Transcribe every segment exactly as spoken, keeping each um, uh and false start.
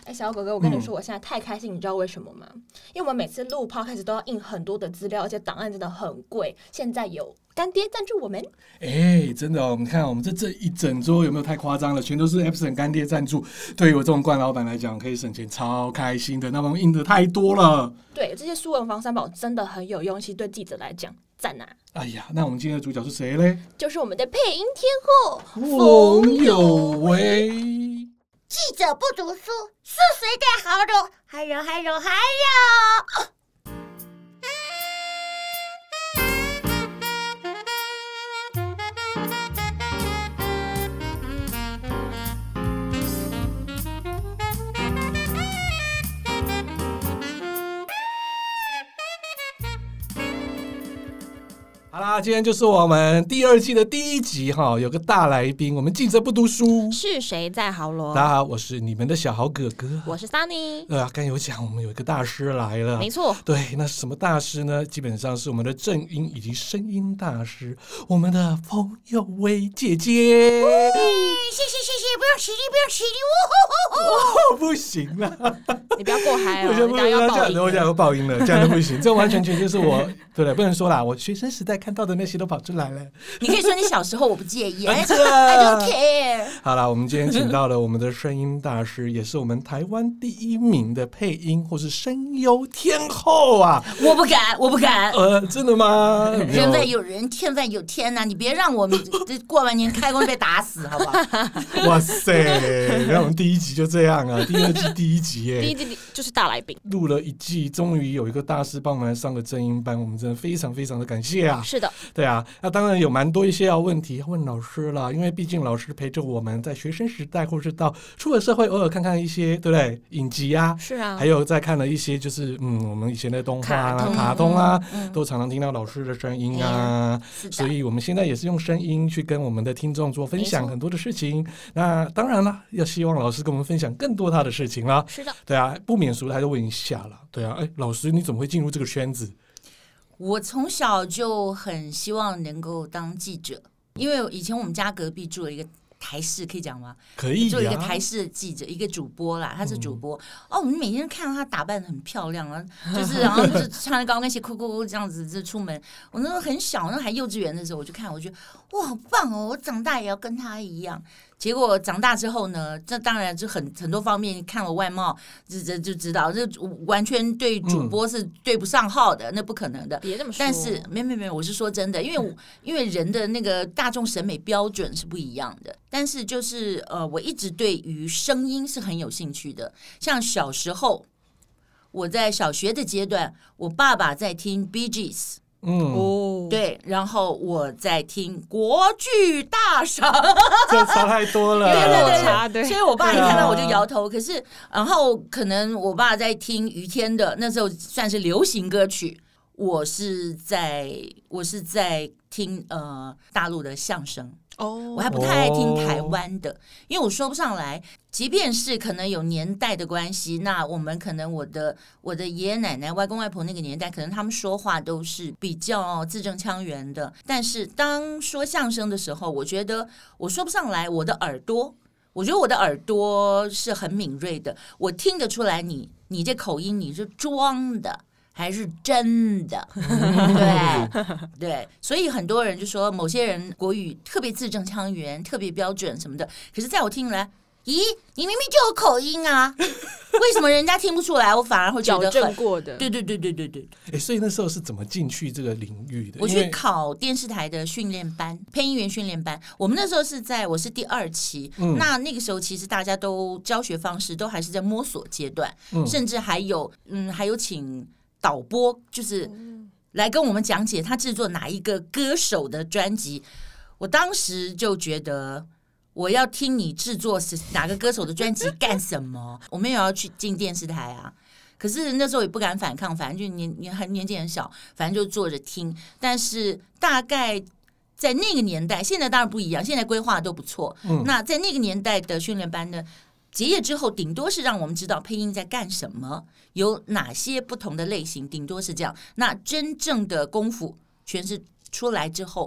哎，小哥哥，我跟你说，我现在太开心，嗯、你知道为什么吗？因为我们每次录 podcast 都要印很多的资料，而且档案真的很贵。现在有干爹赞助我们， 哎，真的哦！我们看我们这这一整桌有没有太夸张了？全都是 Epson 干爹赞助，对于我这种冠老板来讲，可以省钱，超开心的。那我们印的太多了， 对，这些数位防三宝真的很有用，其实对记者来讲，赞啊！ 哎呀，那我们今天的主角是谁嘞？ 就是我们的配音天后冯有为。 记者不读书，是谁的好友？还有还有还有。 好啦，今天就是我们第二季的第一集哈，有个大来宾，我们记者不读书， 是谁在豪罗？ 大家好，我是你们的小豪哥哥， 我是 Sunny。 呃，刚有讲我们有一个大师来了， 没错， 对，那什么大师呢？基本上是我们的正音以及声音大师，我们的冯有为姐姐。 谢谢谢谢，不用起立不用起立， 哦，不行了， 你不要过嗨哦， 我你刚要爆音， 我想要爆音了，这样都不行，这完全全就是我，对不对？不能说啦，我学生时代看到的那些都跑出来了。 你可以说你小时候，我不介意。I don't care。 好啦，我们今天请到了我们的声音大师，也是我们台湾第一名的配音或是声优天后啊！ 我不敢，我不敢。 呃，真的吗？ 人外有人，天外有天呐、啊！你别让我们过完年开工被打死，好不好？ 哇塞！然后我们第一集就这样啊，第二季第一集耶， 第一季就是大来宾， 录了一季，终于有一个大师帮我们上个正音班，我们真的非常非常的感谢啊！ 是的， 对啊，那当然有蛮多一些要问题要问老师啦，因为毕竟老师陪着我们在学生时代，或是到出了社会，偶尔看看一些对不对影集啊， 是啊， 还有再看了一些就是嗯我们以前的动画啊、 卡通, 卡通啊、 嗯， 都常常听到老师的声音啊， 嗯、 所以我们现在也是用声音去跟我们的听众做分享很多的事情。那当然了，要希望老师跟我们分享更多他的事情啦。 是的， 对啊，不免俗的还是问一下啦。对啊，哎，老师你怎么会进入这个圈子？ 我从小就很希望能够当记者，因为以前我们家隔壁住了一个台视，可以讲吗？ 可以、啊， 做一个台视的记者，一个主播啦，他是主播、嗯、哦。我们每天看到他打扮得很漂亮啊，就是然后就穿着高跟鞋，哭哭哭这样子就出门。我那时候很小，那还幼稚园的时候，我就看，我觉得哇，好棒哦！我长大也要跟他一样。结果长大之后呢，这当然就很很多方面看我外貌，这这就知道，这完全对主播是对不上号的，嗯、那不可能的。 别这么说。 但是没没没，我是说真的，因为因为人的那个大众审美标准是不一样的。但是就是呃，我一直对于声音是很有兴趣的。像小时候，我在小学的阶段，我爸爸在听 Bee Gees。 嗯哦， 对，然后我在听国剧大赏， 这差太多了， 有点落差，对。 所以我爸一看到我就摇头。可是，然后可能我爸在听于天的，那时候算是流行歌曲，我是在我是在听呃大陆的相声。 哦， 我还不太爱听台湾的，因为我说不上来。即便是可能有年代的关系，那我们可能我的我的爷爷奶奶、外公外婆那个年代，可能他们说话都是比较字正腔圆的。但是当说相声的时候，我觉得我说不上来。我的耳朵，我觉得我的耳朵是很敏锐的，我听得出来你你这口音你是装的。还是真的，对对，所以很多人就说某些人国语特别字正腔圆、特别标准什么的，可是在我听来，咦，你明明就有口音啊，为什么人家听不出来？我反而会觉得矫正过的， 对对对对对对。 哎，所以那时候是怎么进去这个领域的？ 我去考电视台的训练班，配音员训练班。我们那时候是在我是第二期，嗯、那那个时候其实大家都教学方式都还是在摸索阶段，嗯、甚至还有嗯还有请。导播就是来跟我们讲解他制作哪一个歌手的专辑，我当时就觉得我要听你制作是哪个歌手的专辑干什么？我们也要去进电视台啊，可是那时候也不敢反抗，反正就年年很年纪很小，反正就坐着听。但是大概在那个年代，现在当然不一样，现在规划都不错。嗯、那在那个年代的训练班呢？结业之后，顶多是让我们知道配音在干什么，有哪些不同的类型，顶多是这样。那真正的功夫全是出来之后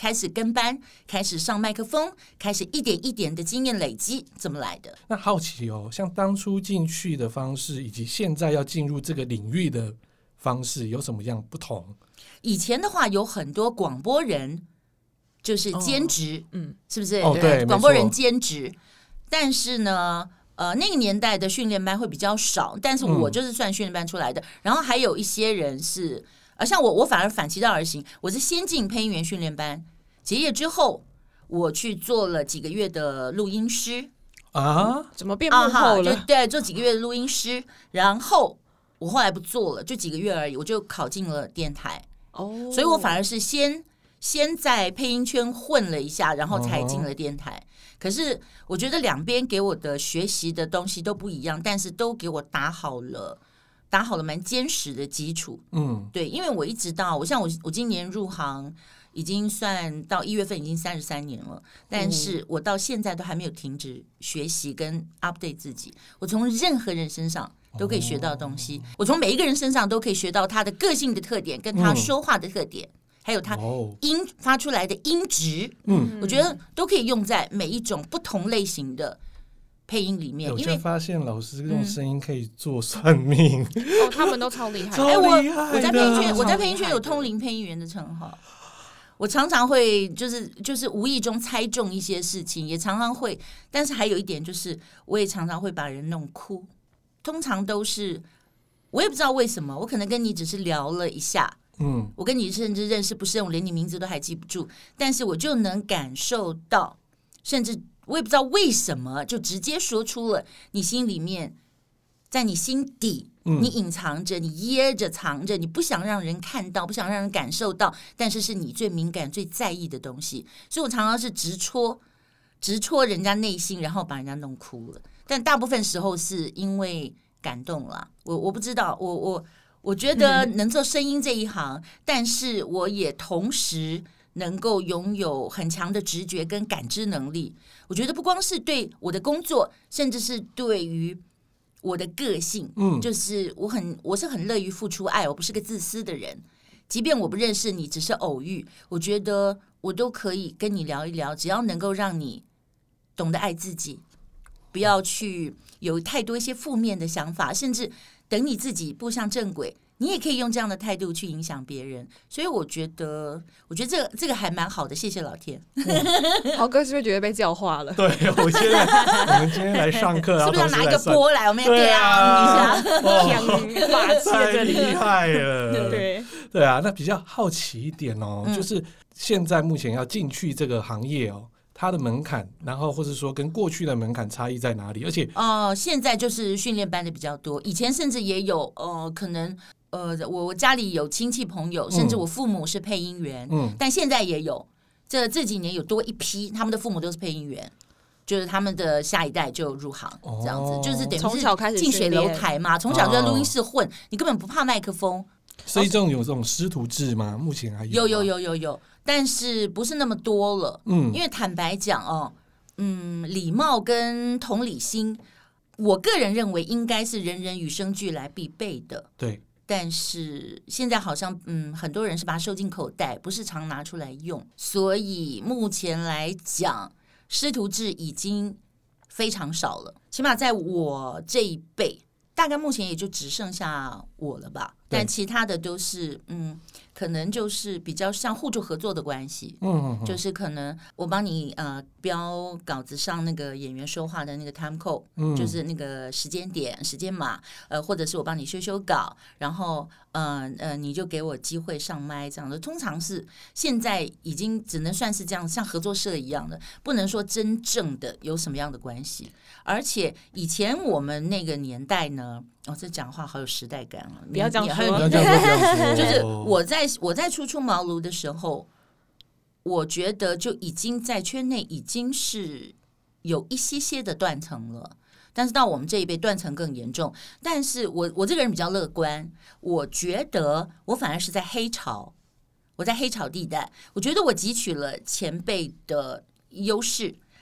开始跟班，开始上麦克风，开始一点一点的经验累积，怎么来的？ 那好奇哦，像当初进去的方式，以及现在要进入这个领域的方式，有什么样不同？ 以前的话，有很多广播人就是兼职， 哦、嗯， 是不是？ 哦，对， 广播人兼职，但是呢。呃，那个年代的训练班会比较少，但是我就是算训练班出来的。嗯、然后还有一些人是，呃，像我，我反而反其道而行，我是先进配音员训练班，结业之后，我去做了几个月的录音师啊， 怎么变幕后了？ 啊、就对，做几个月的录音师，然后我后来不做了，就几个月而已，我就考进了电台。哦，所以我反而是先先在配音圈混了一下，然后才进了电台。哦，可是我觉得两边给我的学习的东西都不一样，但是都给我打好了打好了蛮坚实的基础。嗯，对，因为我一直到我像我我今年入行已经算到一月份已经三十三年了，但是我到现在都还没有停止学习跟 update 自己。我从任何人身上都可以学到东西，我从每一个人身上都可以学到他的个性的特点跟他说话的特点。嗯，还有它音发出来的音质，嗯，我觉得都可以用在每一种不同类型的配音里面。 我就发现老师用声音可以做算命， 嗯、哦，他们都超厉害， 超厉害的。 我我在配音圈，我在配音圈有通灵配音员的称号。我常常会就是就是无意中猜中一些事情，也常常会，但是还有一点就是，我也常常会把人弄哭。通常都是我也不知道为什么，我可能跟你只是聊了一下。嗯，我跟你甚至认识不深，我连你名字都还记不住，但是我就能感受到，甚至我也不知道为什么，就直接说出了你心里面，在你心底，你隐藏着，你掖着藏着，你不想让人看到，不想让人感受到，但是是你最敏感、最在意的东西。所以我常常是直戳、直戳人家内心，然后把人家弄哭了。但大部分时候是因为感动了，我我不知道，我我。我觉得能做声音这一行，嗯、但是我也同时能够拥有很强的直觉跟感知能力。我觉得不光是对我的工作，甚至是对于我的个性，嗯，就是我很我是很乐于付出爱，我不是个自私的人。即便我不认识你，只是偶遇，我觉得我都可以跟你聊一聊，只要能够让你懂得爱自己，不要去有太多一些负面的想法，甚至。等你自己步上正轨，你也可以用这样的态度去影响别人。所以我觉得，我觉得这个这个还蛮好的。谢谢老天。 嗯、豪哥是不是觉得被教化了？ 对，我现在我们今天来上课， 是不是要拿一个波来？我们要这样一下， 霸气太厉害了。 对对啊，那比较好奇一点哦，嗯、就是现在目前要进去这个行业哦。它的门槛，然后或者说跟过去的门槛差异在哪里？而且哦、呃，现在就是训练班的比较多，以前甚至也有呃，可能呃，我我家里有亲戚朋友，甚至我父母是配音员，嗯，但现在也有，这这几年有多一批，他们的父母都是配音员，就是他们的下一代就入行，哦、这样子，就是等于从小开始近水楼台嘛，从小就在录音室混，哦、你根本不怕麦克风。 所以这种有这种师徒制吗？目前还有？ 有有有有有，但是不是那么多了。嗯，因为坦白讲哦，嗯，礼貌跟同理心，我个人认为应该是人人与生俱来必备的。 对， 但是现在好像嗯，很多人是把它收进口袋，不是常拿出来用。所以目前来讲，师徒制已经非常少了，起码在我这一辈。大概目前也就只剩下我了吧，但其他的都是嗯，可能就是比较像互助合作的关系，嗯, 嗯, 嗯，就是可能我帮你呃标稿子上那个演员说话的那个 time code，嗯，就是那个时间点、时间码，呃，或者是我帮你修修稿，然后呃呃，你就给我机会上麦这样的。通常是现在已经只能算是这样，像合作社一样的，不能说真正的有什么样的关系。而且以前我们那个年代呢，哦，这讲话好有时代感啊！ 不要这样说， 不要这样说， 就是我在我在初出茅庐的时候，我觉得就已经在圈内已经是有一些些的断层了。但是到我们这一辈断层更严重。但是我我这个人比较乐观，我觉得我反而是在黑潮，我在黑潮地带，我觉得我汲取了前辈的优势。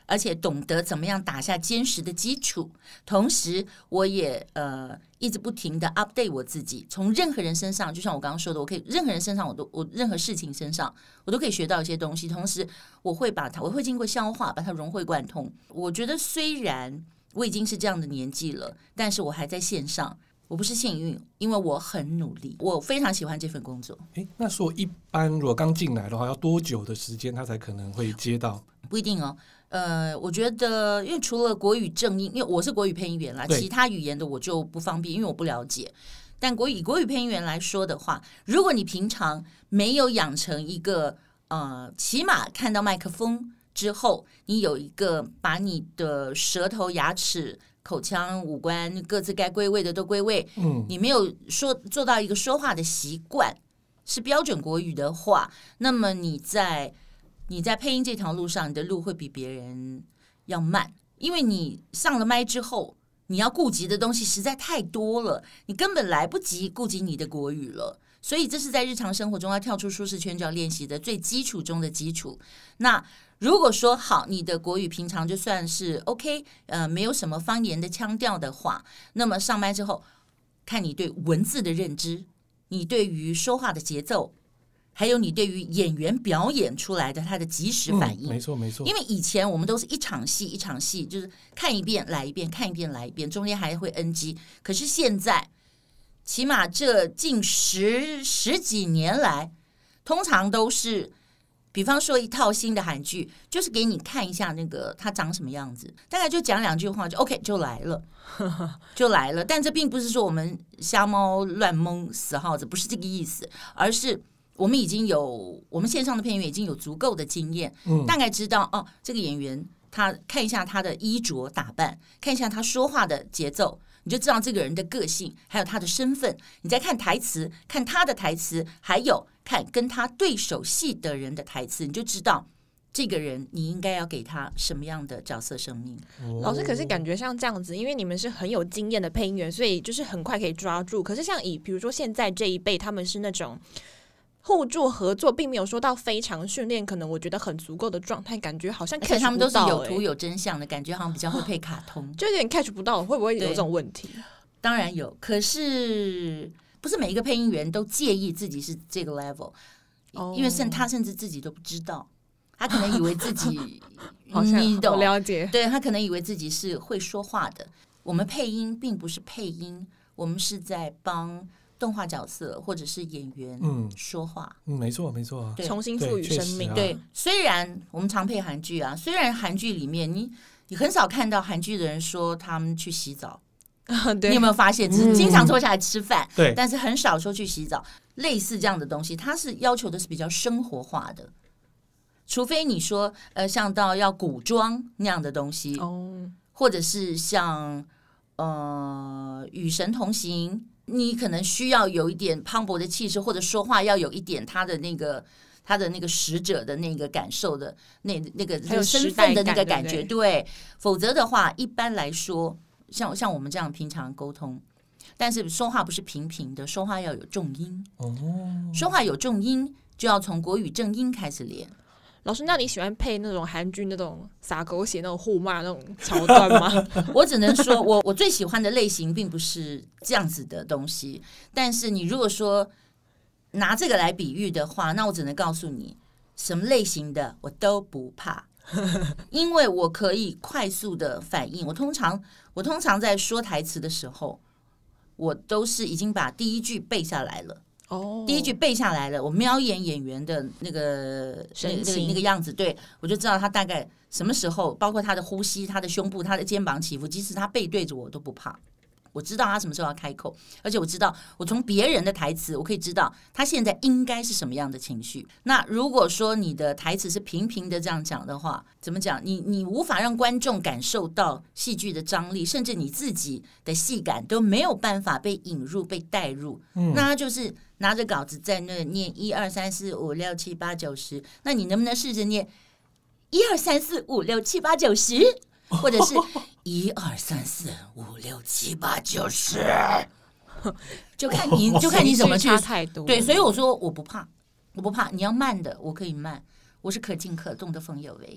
而且懂得怎么样打下坚实的基础。同时，我也呃一直不停的 update 我自己，从任何人身上，就像我刚刚说的，我可以任何人身上，我都我任何事情身上，我都可以学到一些东西。同时，我会把它，我会经过消化，把它融会贯通。我觉得虽然我已经是这样的年纪了，但是我还在线上。我不是幸运，因为我很努力，我非常喜欢这份工作。 诶，那说一般如果刚进来的话，要多久的时间他才可能会接到？ 不一定哦。呃，我觉得，因为除了国语正音，因为我是国语配音员啦，其他语言的我就不方便，因为我不了解。但国语国语配音员来说的话，如果你平常没有养成一个呃，起码看到麦克风之后，你有一个把你的舌头、牙齿、口腔、五官各自该归位的都归位，嗯，你没有说做到一个说话的习惯是标准国语的话，那么你在你在配音这条路上，你的路会比别人要慢，因为你上了麦之后，你要顾及的东西实在太多了，你根本来不及顾及你的国语了。所以这是在日常生活中要跳出舒适圈就要练习的最基础中的基础。那如果说好，你的国语平常就算是 OK， 呃，没有什么方言的腔调的话，那么上麦之后，看你对文字的认知，你对于说话的节奏，还有你对于演员表演出来的他的即时反应。 嗯、没错没错。 因为以前我们都是一场戏一场戏，就是看一遍来一遍，看一遍来一遍，中间还会 N G。可是现在，起码这近十十几年来，通常都是。比方说一套新的韩剧，就是给你看一下那个它长什么样子，大概就讲两句话就 OK 就来了，就来了。但这并不是说我们瞎猫乱蒙死耗子，不是这个意思，而是我们已经有我们线上的配音员已经有足够的经验，嗯、大概知道哦，这个演员他看一下他的衣着打扮，看一下他说话的节奏。你就知道这个人的个性，还有他的身份。你再看台词，看他的台词，还有看跟他对手戏的人的台词，你就知道这个人你应该要给他什么样的角色生命。 哦、老师，可是感觉像这样子，因为你们是很有经验的配音员，所以就是很快可以抓住。可是像以比如说现在这一辈，他们是那种互助合作，并没有说到非常训练，可能我觉得很足够的状态，感觉好像 catch 不到、欸、 而且他们都是有图有真相的感觉，好像比较会配卡通， 就有点 catch 不到，会不会有这种问题？ 当然有，可是不是每一个配音员都介意自己是这个 level，、哦、因为甚他甚至自己都不知道，他可能以为自己好像你懂，我了解， 对，他可能以为自己是会说话的。我们配音并不是配音，我们是在帮动画角色或者是演员说话， 嗯，嗯没错没错、啊， 重新赋予生命。 对、啊，虽然我们常配韩剧啊，虽然韩剧里面你你很少看到韩剧的人说他们去洗澡，你有没有发现？只是经常坐下来吃饭， 对、嗯， 但是很少说去洗澡。类似这样的东西，它是要求的是比较生活化的，除非你说呃像到要古装那样的东西，哦，或者是像呃与神同行。你可能需要有一点磅礴的气势，或者说话要有一点他的那个他的那个使者的那个感受的那那个身份的那个感觉， 对, 对，否则的话，一般来说，像像我们这样平常沟通，但是说话不是平平的，说话要有重音，哦，说话有重音就要从国语正音开始练。 老师，那你喜欢配那种韩剧那种撒狗血那种互骂那种桥段吗？ 我只能说我我最喜欢的类型并不是这样子的东西，但是你如果说拿这个来比喻的话，那我只能告诉你，什么类型的我都不怕，因为我可以快速的反应。我通常我通常在说台词的时候，我都是已经把第一句背下来了。哦，第一句背下来了，我瞄一眼演员的那个那个那个样子，对，我就知道他大概什么时候，包括他的呼吸、他的胸部、他的肩膀起伏，即使他背对着我都不怕。我知道他什么时候要开口，而且我知道我从别人的台词，我可以知道他现在应该是什么样的情绪。那如果说你的台词是平平的这样讲的话，怎么讲？你你无法让观众感受到戏剧的张力，甚至你自己的戏感都没有办法被引入、被带入。嗯，那他就是拿着稿子在那念一二三四五六七八九十，那你能不能试着念一二三四五六七八九十？或者是一二三四五六七八九十，就看你就看你怎么去。对，所以我说我不怕，我不怕。你要慢的，我可以慢，我是可进可动的冯有为。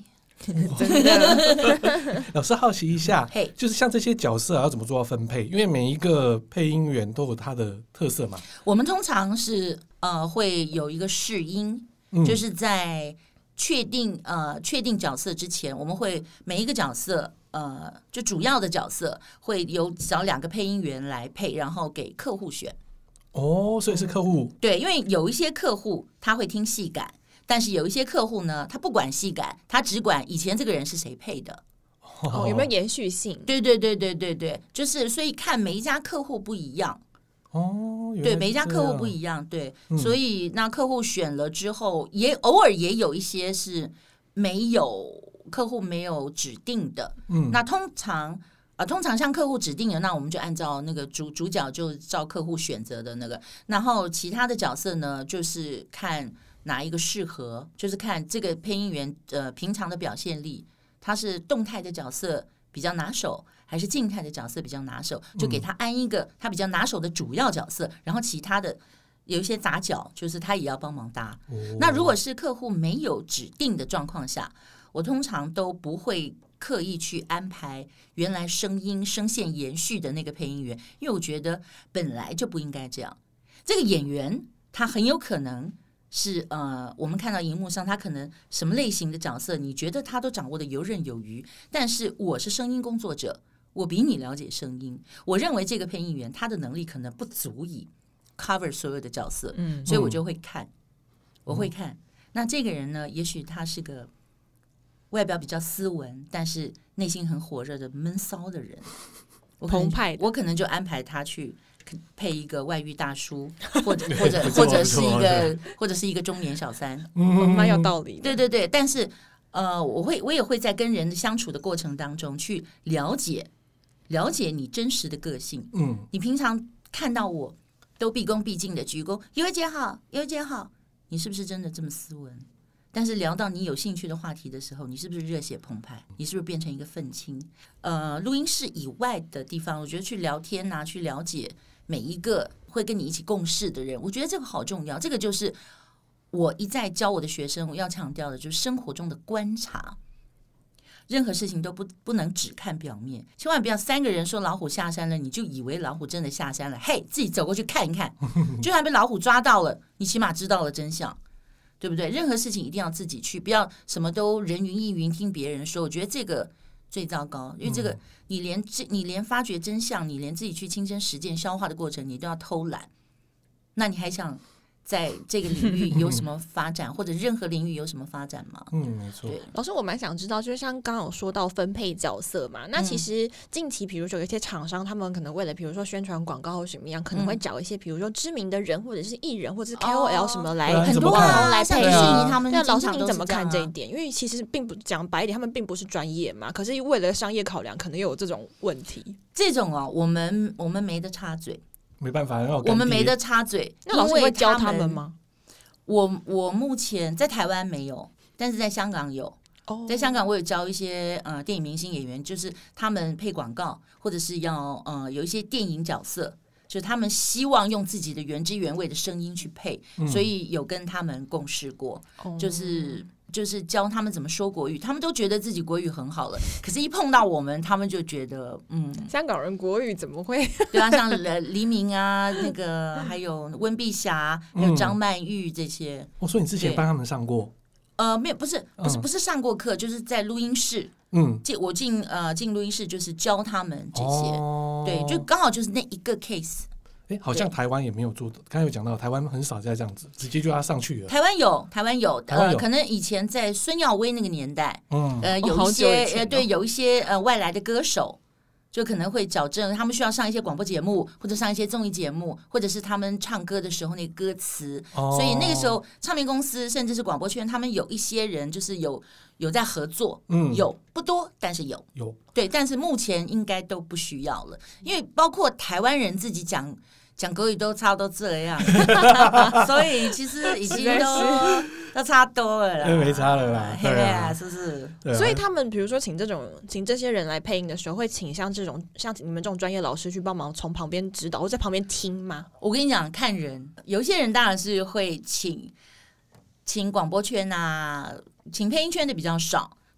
真的。 老师好奇一下， hey, 就是像这些角色要怎么做到分配？因为每一个配音员都有他的特色嘛。 我们通常是呃会有一个试音，嗯、就是在确定呃确定角色之前，我们会每一个角色呃就主要的角色会有找两个配音员来配，然后给客户选。 哦，所以是客户、 嗯、对，因为有一些客户他会听戏感，但是有一些客户呢，他不管戏感，他只管以前这个人是谁配的。 哦，有没有延续性？ 对对对对对对，就是所以看每一家客户不一样。 哦， 对，每一家客户不一样，对，嗯、所以那客户选了之后，也偶尔也有一些是没有客户没有指定的。嗯，那通常。啊，通常像客户指定的，那我们就按照那个主主角就照客户选择的那个，然后其他的角色呢，就是看哪一个适合，就是看这个配音员呃平常的表现力，他是动态的角色比较拿手，还是静态的角色比较拿手，就给他安一个他比较拿手的主要角色，然后其他的有一些杂角，就是他也要帮忙搭。哦、那如果是客户没有指定的状况下，我通常都不会刻意去安排原来声音声线延续的那个配音员，因为我觉得本来就不应该这样。这个演员他很有可能是呃，我们看到荧幕上他可能什么类型的角色，你觉得他都掌握的游刃有余，但是我是声音工作者，我比你了解声音，我认为这个配音员他的能力可能不足以 cover 所有的角色，嗯，所以我就会看，我会看。那这个人呢，也许他是个外表比较斯文，但是内心很火热的闷骚的人，我澎湃的， 我可能就安排他去配一个外遇大叔，或者或者或者是一个或者是一个中年小三， 嗯，蛮有道理的。 对对对，但是呃，我会我也会在跟人相处的过程当中去了解了解你真实的个性。嗯，你平常看到我都毕恭毕敬的鞠躬，尤姐好，尤姐好，你是不是真的这么斯文？但是聊到你有兴趣的话题的时候，你是不是热血澎湃？你是不是变成一个愤青？呃，录音室以外的地方，我觉得去聊天啊，去了解每一个会跟你一起共事的人，我觉得这个好重要。这个就是我一再教我的学生，我要强调的就是生活中的观察。任何事情都不不能只看表面，千万不要三个人说老虎下山了，你就以为老虎真的下山了。嘿，自己走过去看一看，就算被老虎抓到了，你起码知道了真相。对不对？任何事情一定要自己去，不要什么都人云亦云，听别人说。我觉得这个最糟糕，因为这个你连你连发掘真相，你连自己去亲身实践消化的过程，你都要偷懒，那你还想在这个领域有什么发展，或者任何领域有什么发展吗？ 嗯，没错。 老师，我蛮想知道，就是像刚刚有说到分配角色嘛，那其实近期，比如说有一些厂商，他们可能为了比如说宣传广告或什么样，可能会找一些比如说知名的人，或者是艺人，或者是 K O L 什么来、 哦、很多啊来配音。 他们那老师你怎么看这一点？因为其实并不讲白一点，他们并不是专业嘛，可是为了商业考量，可能又有这种问题。 这种哦，我们我们没得插嘴。 没办法， 我们没得插嘴。 那老师会教他们吗？ 我我目前在台湾没有，但是在香港有。Oh. 在香港我有教一些呃电影明星演员，就是他们配广告，或者是要呃有一些电影角色，就是他们希望用自己的原汁原味的声音去配，嗯、所以有跟他们共事过， oh. 就是就是教他们怎么说国语，他们都觉得自己国语很好了，可是一碰到我们，他们就觉得嗯， 香港人国语怎么会？ 对啊，像黎明啊，那个还有温碧霞，还有张曼玉这些。 我、嗯哦、说你之前帮他们上过？ 呃，没有，不是，不是，不是上过课，就是在录音室。嗯，进我进呃进录音室就是教他们这些，哦、对，就刚好就是那一个 case。 哎，好像台湾也没有做的，刚才有讲到，台湾很少再这样子，直接就要上去了。 台湾有，台湾有，台湾有呃，可能以前在孙耀威那个年代，嗯，呃，有一些、哦、呃，对，有一些呃外来的歌手，就可能会矫正，他们需要上一些广播节目，或者上一些综艺节目，或者是他们唱歌的时候那个歌词，哦、所以那个时候唱片公司甚至是广播圈，他们有一些人就是有有在合作，嗯，有不多，但是有有对，但是目前应该都不需要了，因为包括台湾人自己讲。讲国语都差不多这样，所以其实已经都都差多了啦， 没差了啦， 对啊，是不是？ 所以他们比如说请这种请这些人来配音的时候，会请像这种像你们这种专业老师去帮忙从旁边指导，或在旁边听吗？ 我跟你讲，看人，有一些人当然是会请请广播圈啊，请配音圈的比较少。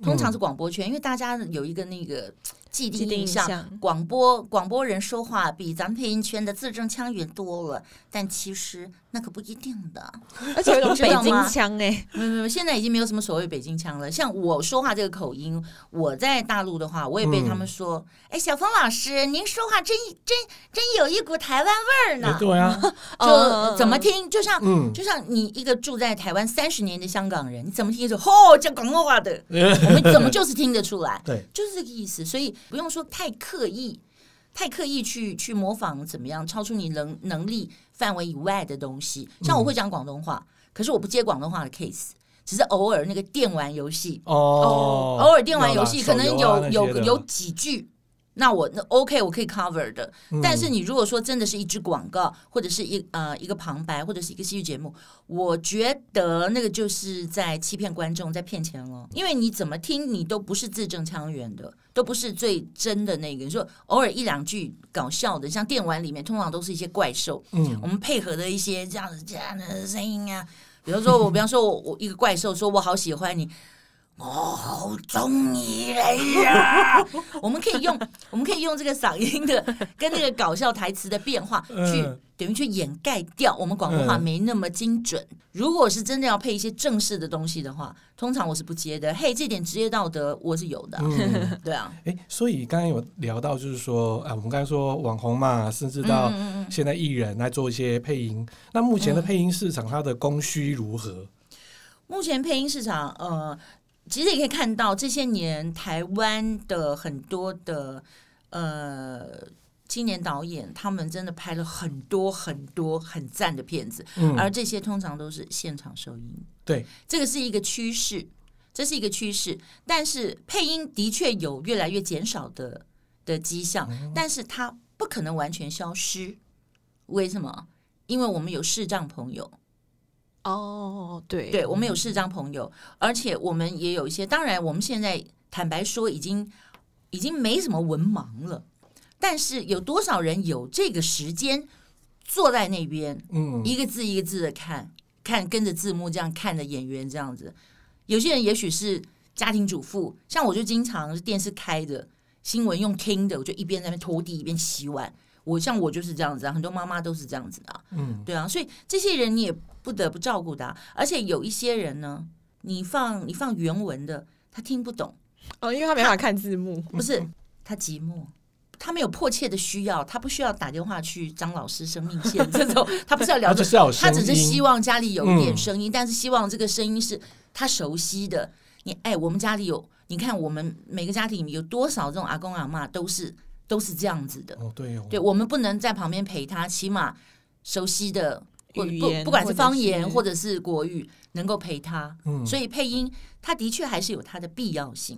通常是广播圈，因为大家有一个那个既定印象， 既定印象广播广播人说话比咱们配音圈的字正腔圆多了，但其实那可不一定的， 而且有一种北京知道吗腔哎、 没有没有，现在已经没有什么所谓北京腔了。像我说话这个口音，我在大陆的话，我也被他们说：“哎、小峰老师，您说话真真真有一股台湾味儿呢。 哎对啊， 就怎么听，就像、 嗯就像你一个住在台湾三十年的香港人，你怎么听就吼讲广东话的，我们怎么就是听得出来？ 对， 就是这个意思。所以不用说太刻意。太刻意去去模仿怎么样，超出你能能力范围以外的东西。像我会讲广东话，嗯、可是我不接广东话的 case， 只是偶尔那个电玩游戏哦， 偶尔电玩游戏可能有、 啊、 有有几句，那我那 OK 我可以 cover 的。 嗯、 但是你如果说真的是一支广告，或者是一呃一个旁白，或者是一个戏剧节目，我觉得那个就是在欺骗观众，在骗钱了。因为你怎么听，你都不是字正腔圆的。都不是最真的那个，你说偶尔一两句搞笑的，像电玩里面通常都是一些怪兽，嗯，我们配合的一些这样子这样的声音啊，比如说我，比方说我我一个怪兽说我好喜欢你，我好中意你呀，我们可以用我们可以用这个嗓音的跟那个搞笑台词的变化去。嗯等于去掩盖掉我们广东话没那么精准。嗯、如果是真的要配一些正式的东西的话，通常我是不接的。嘿，这点职业道德我是有的，嗯、对啊。 哎，所以刚才有聊到，就是说啊，我们刚才说网红嘛，甚至到现在艺人来做一些配音。嗯、那目前的配音市场，它的供需如何？ 目前配音市场，呃，其实也可以看到这些年台湾的很多的呃。青年导演他们真的拍了很多很多很赞的片子，嗯、而这些通常都是现场收音。 对， 这个是一个趋势，这是一个趋势。但是配音的确有越来越减少的的迹象，嗯、但是它不可能完全消失。为什么？因为我们有视障朋友。 哦，对， 对，我们有视障朋友，而且我们也有一些。当然，我们现在坦白说，已经已经没什么文盲了。但是有多少人有这个时间坐在那边，嗯，一个字一个字的看，看跟着字幕这样看的演员这样子？有些人也许是家庭主妇，像我就经常是电视开的，新闻用听的，我就一边在那边拖地一边洗碗。我像我就是这样子啊，很多妈妈都是这样子的、啊，嗯，对啊，所以这些人你也不得不照顾的、啊，而且有一些人呢，你放你放原文的，他听不懂哦，因为他没办法看字幕， 不是他寂寞。他没有迫切的需要，他不需要打电话去张老师生命线这种，他不是要了解，他只是希望家里有一点声音，嗯、但是希望这个声音是他熟悉的。你哎，我们家里有，你看我们每个家庭里面有多少这种阿公阿嬷都是都是这样子的。 哦，对哦， 对，我们不能在旁边陪他，起码熟悉的语言， 不不管是方言或者是国语，能够陪他。嗯，所以配音，它的确还是有它的必要性。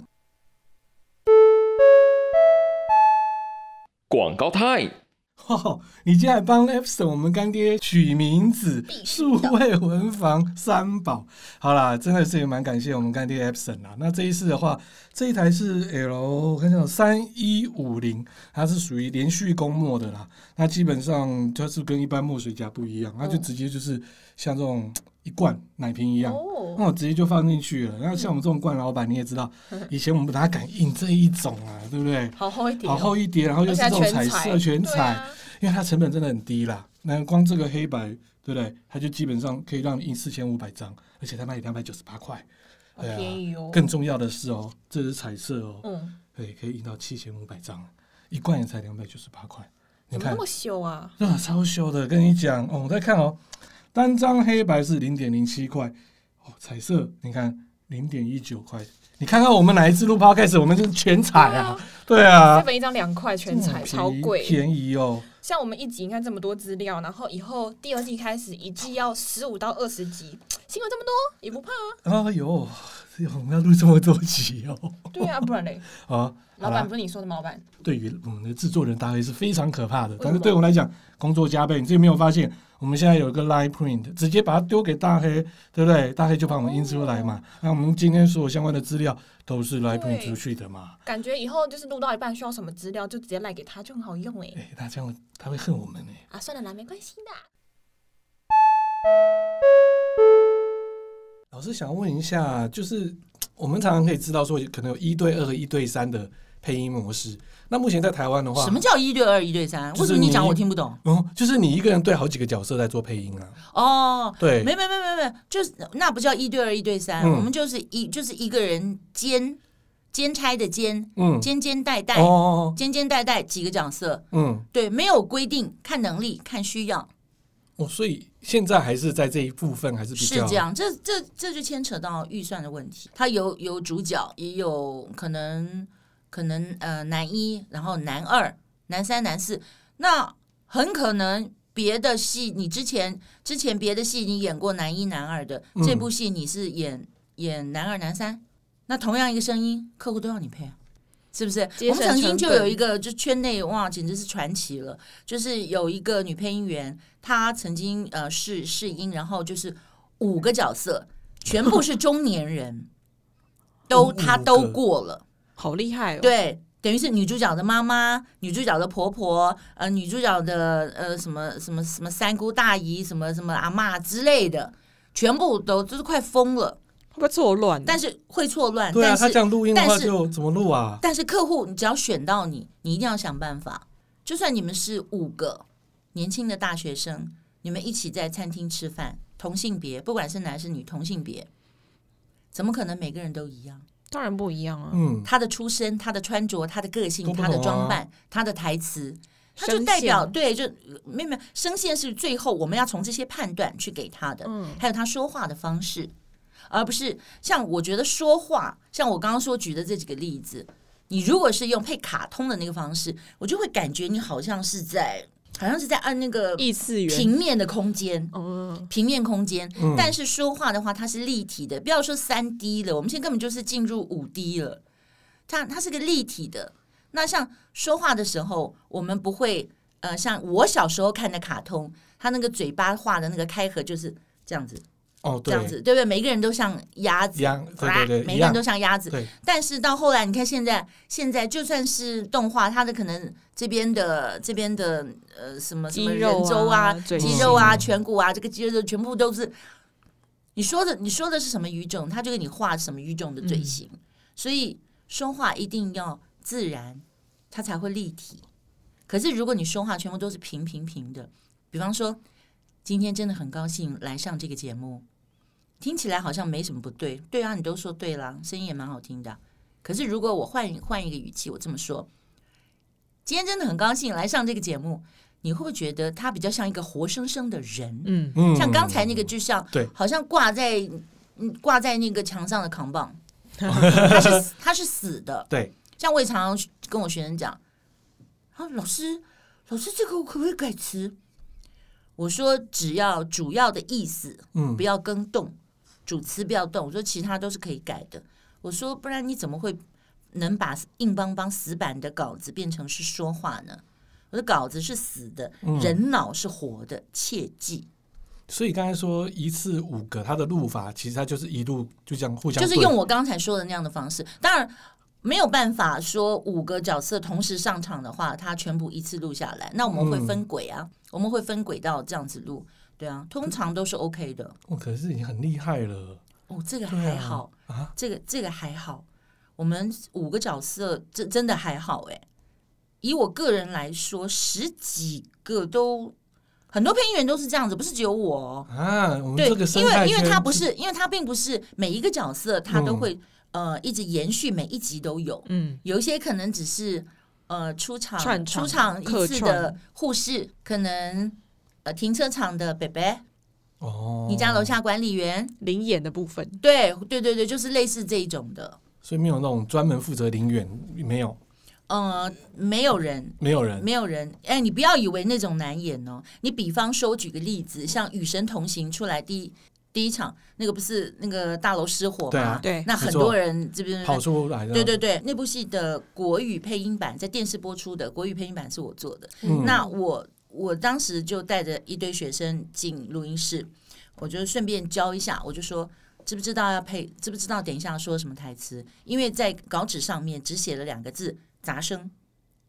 广告time、 哦、你竟然帮 Epson 我们干爹取名字，数位文房三宝。好啦，真的是也蛮感谢我们干爹 Epson 啦。那这一次的话，这一台是 L 我看一下三一五零，它是属于连续供墨的啦。那基本上它是跟一般墨水夹不一样，它就直接就是像这种一罐奶瓶一样，那我直接就放进去了。然后像我们这种罐老板，你也知道，以前我们哪敢印这一种啊，对不对？ 好厚一叠、哦， 好厚一叠，然后又是这种彩色全彩，啊、因为它成本真的很低啦。那光这个黑白，对不对？它就基本上可以让你印四千五百张，而且它卖两百九十八块， 好便宜哦。 更重要的是哦，这是彩色哦，嗯，对，可以印到七千五百张，一罐也才两百九十八块。 怎么那么秀啊？ 啊，超秀的！跟你讲哦，我再看哦。单张黑白是零点零七块，哦，彩色你看零点一九块。你看看我们哪一次录 podcast， 我们是全彩啊，对啊， 这本一张两块全彩，超贵， 便宜哦。 像我们一集你看这么多资料，然后以后第二季开始一季要十五到二十集，新闻这么多也不怕啊。哎呦，我们要录这么多集哦。 对啊，不然嘞啊。 老板不是你说的吗？老板对于我们的制作人大概是非常可怕的，但是对我们来讲工作加倍。你自己没有发现，我们现在有一个 Line Print， 直接把它丢给大黑，对不对？大黑就把我们印出来嘛。那、哦、我们今天所有相关的资料都是 Line Print 出去的嘛。 感觉以后就是录到一半需要什么资料，就直接赖给他，就很好用哎、欸。 哎，他这样他会恨我们哎、 欸。啊，算了啦，没关系的。 老师想问一下，就是我们常常可以知道说，可能有一对二和一对三的配音模式。那目前在台湾的话， 什么叫一对二、一对三？为什么你讲我听不懂？ 哦，就是你一个人对好几个角色在做配音啊。 哦， 对， 没没没没没，就是那不叫一对二、一对三，嗯、我们就是一就是一个人兼兼差的兼，嗯，兼兼代代，哦，兼兼代代几个角色，嗯，对，没有规定，看能力，看需要。 哦，所以现在还是在这一部分还是比较是这样，这这这就牵扯到预算的问题。它有有主角，也有可能。可能呃男一，然后男二、男三、男四，那很可能别的戏你之前之前别的戏你演过男一、男二的，嗯、这部戏你是演演男二、男三，那同样一个声音，客户都要你配啊，是不是？我们曾经就有一个，就圈内哇，简直是传奇了，就是有一个女配音员，她曾经呃试试音，然后就是五个角色全部是中年人，都她都过了。 好厉害哦！ 对，等于是女主角的妈妈、女主角的婆婆、呃，女主角的呃什么什么什么三姑大姨、什么什么阿嬷之类的，全部都就是快疯了， 会不会错乱？ 但是会错乱。 对啊， 但是他这样录音的话就怎么录啊？ 但是客户，你只要选到你，你一定要想办法。就算你们是五个年轻的大学生，你们一起在餐厅吃饭，同性别，不管是男是女，同性别，怎么可能每个人都一样？ 当然不一样啊！ 嗯，他的出身、他的穿着、他的个性、他的装扮、他的台词，他就代表对，就没有没有声线是最后我们要从这些判断去给他的，嗯，还有他说话的方式，而不是像我觉得说话，像我刚刚说举的这几个例子，你如果是用配卡通的那个方式，我就会感觉你好像是在。好像是在按那个异次元平面的空间，嗯，平面空间、嗯。但是说话的话，它是立体的，不要说三 D 了，我们现在根本就是进入五 D 了。它它是个立体的。那像说话的时候，我们不会呃，像我小时候看的卡通，它那个嘴巴画的那个开合就是这样子。 哦， 这样子对不对？每个人都像鸭子， 对对对， 每个人都像鸭子。但是到后来，你看现在，现在就算是动画，它的可能这边的这边的呃什么什么人周啊、肌肉啊、颧骨啊，这个肌肉全部都是你说的，你说的是什么语种，他就给你画什么语种的嘴型。嗯、所以说话一定要自然，它才会立体。可是如果你说话全部都是平平平的，比方说今天真的很高兴来上这个节目。听起来好像没什么不对，对啊，你都说对了，声音也蛮好听的。可是如果我换换一个语气，我这么说，今天真的很高兴来上这个节目，你会不会觉得他比较像一个活生生的人？嗯嗯，像刚才那个就像，对，好像挂在挂在那个墙上的扛棒，他是他是死的。对，像我也常常跟我学生讲，啊，老师，老师，这个我可不可以改词？我说只要主要的意思，嗯，不要更动。主词不要动，我说其他都是可以改的。我说不然你怎么会能把硬邦邦死板的稿子变成是说话呢？我的稿子是死的，嗯、人脑是活的，切记。 所以刚才说一次五个，它的录法其实它就是一路就这样互相， 就是用我刚才说的那样的方式。当然没有办法说五个角色同时上场的话，它全部一次录下来，那我们会分轨啊，嗯、我们会分轨道这样子录。对啊，通常都是 OK 的。 哦，可是已经很厉害了。 哦，这个还好啊，啊这个这个还好。我们五个角色，这真的还好哎。以我个人来说，十几个都很多配音员都是这样子，不是只有我啊。我们这个生态圈， 因为因为他不是，因为他并不是每一个角色他都会、嗯、呃一直延续，每一集都有。嗯，有一些可能只是呃出场出场一次的护士，可能。呃，停车场的北北，哦，你家楼下管理员临演的部分， 对对对对，就是类似这一种的。 所以没有那种专门负责临演，没有。 呃，没有人， 没有人， 没有人。哎，你不要以为那种难演哦。你比方说，我举个例子，像《与神同行》出来第一第一场，那个不是那个大楼失火吗？ 对啊， 对。那很多人这边跑出来的。 对对对，那部戏的国语配音版在电视播出的国语配音版是我做的。嗯、那我。我当时就带着一堆学生进录音室，我就顺便教一下，我就说知不知道要配，知不知道等一下要说什么台词？因为在稿纸上面只写了两个字杂声，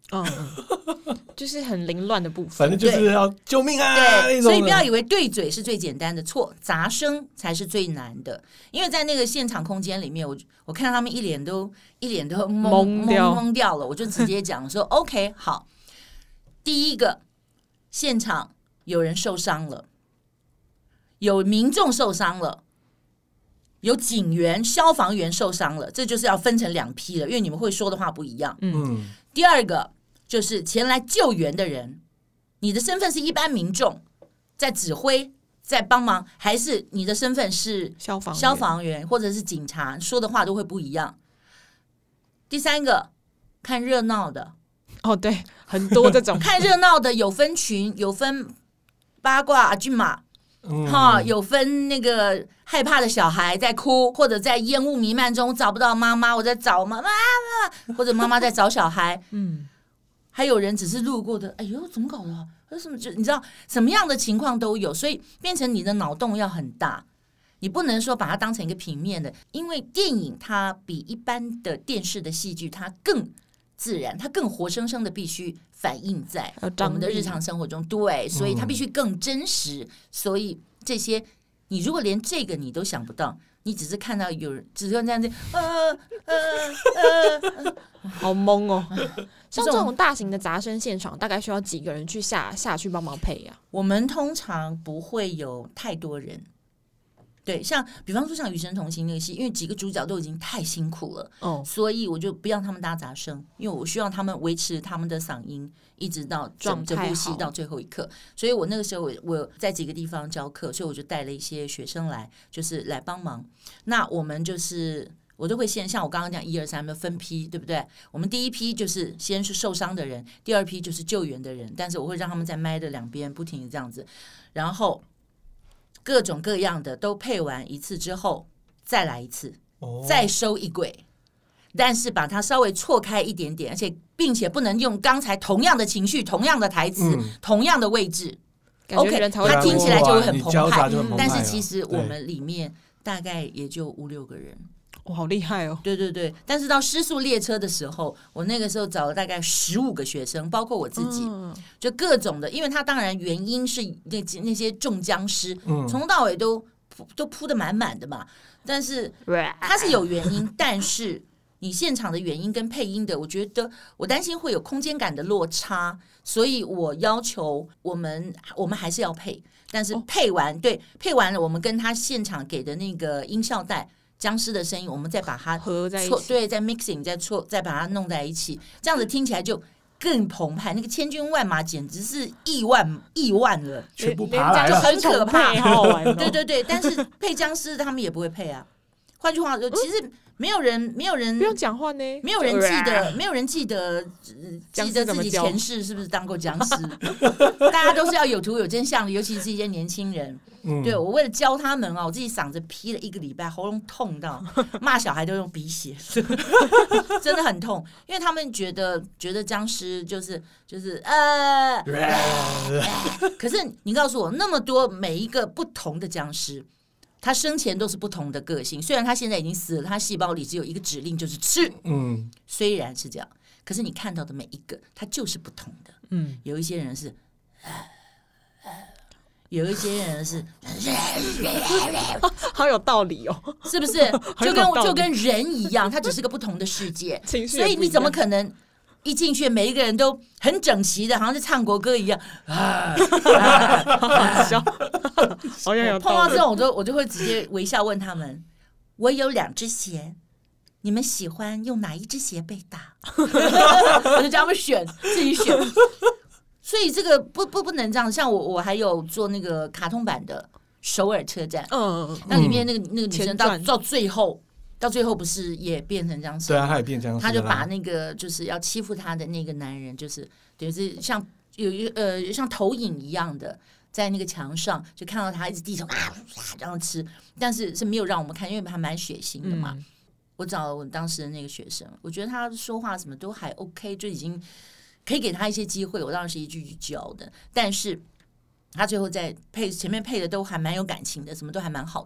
嗯，就是很凌乱的部分， 反正就是要救命啊！ 对，所以不要以为对嘴是最简单的，错，杂声才是最难的。因为在那个现场空间里面，我我看到他们一脸都一脸都懵懵掉懵掉了，我就直接讲说：“OK， 好，第一个，现场有人受伤了，有民众受伤了。”有警员、消防员受伤了，这就是要分成两批了，因为你们会说的话不一样。 嗯， 第二个就是前来救援的人，你的身份是一般民众，在指挥、在帮忙，还是你的身份是消防员消防员或者是警察，说的话都会不一样。第三个，看热闹的， 哦，对，很多这种看热闹的有分群，有分八卦阿俊玛。哈、嗯，有分那个害怕的小孩在哭，或者在烟雾弥漫中找不到妈妈，我在找妈妈，或者妈妈在找小孩。嗯，还有人只是路过的，哎呦，怎么搞的？为什么就你知道什么样的情况都有，所以变成你的脑洞要很大，你不能说把它当成一个平面的，因为电影它比一般的电视的戏剧它更自然，它更活生生的必须反映在我们的日常生活中，对，所以它必须更真实。嗯、所以这些，你如果连这个你都想不到，你只是看到有人，只是这样子，呃呃呃， 好懵哦。像这种大型的杂声现场，大概需要几个人去下下去帮忙配呀、啊？ 我们通常不会有太多人。对，像比方说像《与神同行》那个戏，因为几个主角都已经太辛苦了，哦，所以我就不让他们搭杂声，因为我需要他们维持他们的嗓音，一直到整这部戏到最后一刻。所以我那个时候我我在几个地方教课，所以我就带了一些学生来，就是来帮忙。那我们就是我都会先像我刚刚讲一二三的分批，对不对？我们第一批就是先是受伤的人，第二批就是救援的人，但是我会让他们在麦的两边不停的这样子，然后。各种各样的都配完一次之后，再来一次，哦、再收一轨，但是把它稍微错开一点点，而且并且不能用刚才同样的情绪、同样的台词、嗯、同样的位置。OK， 它听起来就会很澎湃，嗯、但是其实我们里面大概也就五六个人。 哇，好厉害哦！ 对对对，但是到失速列车的时候，我那个时候找了大概十五个学生，包括我自己，嗯、就各种的，因为他当然原因是那那些重僵尸，嗯、从头到尾都都铺得满满的嘛。但是它是有原因，但是你现场的原因跟配音的，我觉得我担心会有空间感的落差，所以我要求我们我们还是要配，但是配完、哦、对配完了，我们跟他现场给的那个音效带。僵尸的声音，我们再把它合在一起， 对，再 mixing， 再错，再把它弄在一起，这样子听起来就更澎湃。那个千军万马简直是亿万亿万了， 全部爬来了， 就很可怕， 好好玩、哦。 对对对，但是配僵尸他们也不会配啊。换句话说，其实没有人，没有人不用讲话呢， 没有人记得，没有人记得、呃、记得自己前世是不是当过僵尸。大家都是要有图有真相的，尤其是一些年轻人。嗯、对，我为了教他们啊，我自己嗓子劈了一个礼拜，喉咙痛到骂小孩都用鼻血，真的很痛，因为他们觉得觉得僵尸就是就是呃，可是你告诉我，那么多每一个不同的僵尸，他生前都是不同的个性，虽然他现在已经死了，他细胞里只有一个指令就是吃，嗯，虽然是这样，可是你看到的每一个，他就是不同的，嗯，有一些人是。有一些人是好有道理哦， 是不是？就跟就跟人一样，它只是个不同的世界，所以你怎么可能一进去每一个人都很整齐的，好像是唱国歌一样啊？ 好笑，好像有碰到这种，我就我就会直接微笑问他们：我有两只鞋，你们喜欢用哪一只鞋被打？我就叫他们选，自己选。所以这个不不不能这样，像我我还有做那个卡通版的首尔车站，嗯嗯，那里面那个那个女生到到最后，到最后不是也变成僵尸？ 对啊，她也变僵尸， 她就把那个就是要欺负她的那个男人，就是等于是像有一呃像投影一样的，在那个墙上就看到他一直低头啊这样吃，但是是没有让我们看，因为还蛮血腥的嘛。嗯、我找了我当时的那个学生，我觉得他说话什么都还 OK， 就已经。可以给他一些机会，我当然是一句句教的，但是他最后在配前面配的都还蛮有感情的，什么都还蛮好的。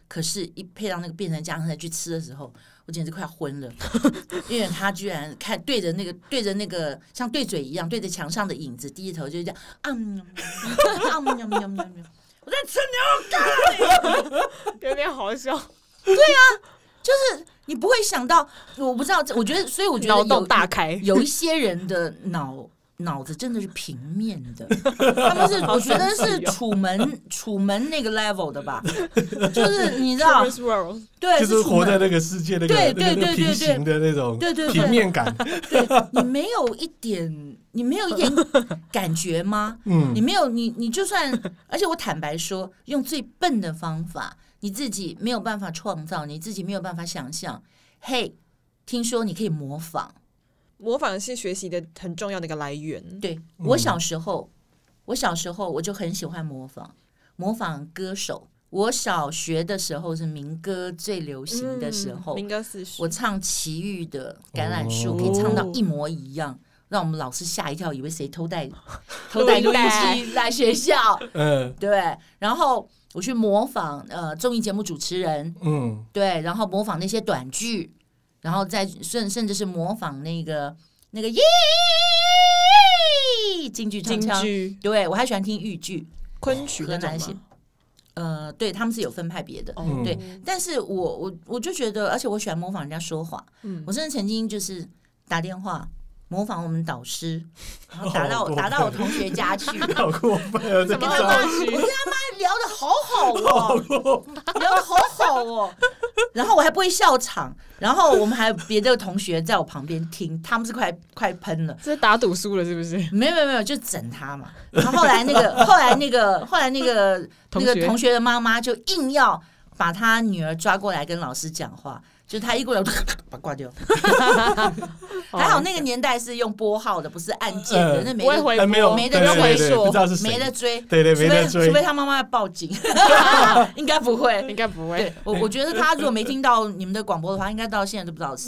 可是，一配到那个变成家常菜去吃的时候，我简直快昏了，因为他居然看对着那个对着那个像对嘴一样对着墙上的影子，低着头就这样啊嗯啊嗯嗯嗯嗯，我在吃牛肝， 有点好笑。 对啊，就是你不会想到，我不知道，我觉得，所以我觉得脑洞大开， 有一些人的脑。脑子真的是平面的，他们是我觉得是楚门楚门那个 level 的吧，就是你知道，对， 就是活在那个世界那个对对对对平行的那种平面感。 对，你没有一点，你没有一点感觉吗？嗯，你没有，你你就算，而且我坦白说，用最笨的方法，你自己没有办法创造，你自己没有办法想象。嘿，听说你可以模仿。 模仿是学习的很重要的一个来源。 对，我小时候，嗯、我小时候我就很喜欢模仿，模仿歌手。我小学的时候是民歌最流行的时候， 嗯、民歌四十， 我唱齐豫的《橄榄树》，可以唱到一模一样，哦、让我们老师吓一跳，以为谁偷带偷带录音机来学校。嗯，对。然后我去模仿呃综艺节目主持人，嗯，对，然后模仿那些短剧。然后再甚甚至是模仿那个那个耶京剧唱腔，对我还喜欢听豫剧、 昆曲和那些，呃，对他们是有分派别的，嗯、对。但是我我我就觉得，而且我喜欢模仿人家说话，嗯、我甚至曾经就是打电话模仿我们导师，然后打到我打到我同学家去， 好过分啊！ 怎么我跟他妈聊得好好哦，聊得好好哦。然后我还不会笑场，然后我们还有别的同学在我旁边听，他们是快快喷了。 这是打赌输了是不是？ 没有没有没有，就整他嘛。然后后来那个后来那个后来那个那个同学的妈妈就硬要把他女儿抓过来跟老师讲话。就他一过来把他挂掉，还好那个年代是用拨号的，不是按键的，那没得回拨， 没得回溯，没得追，对对，没得追，除非他妈妈要报警，应该不会， 应该不会。 我我觉得他如果没听到你们的广播的话，应该到现在都不知道是。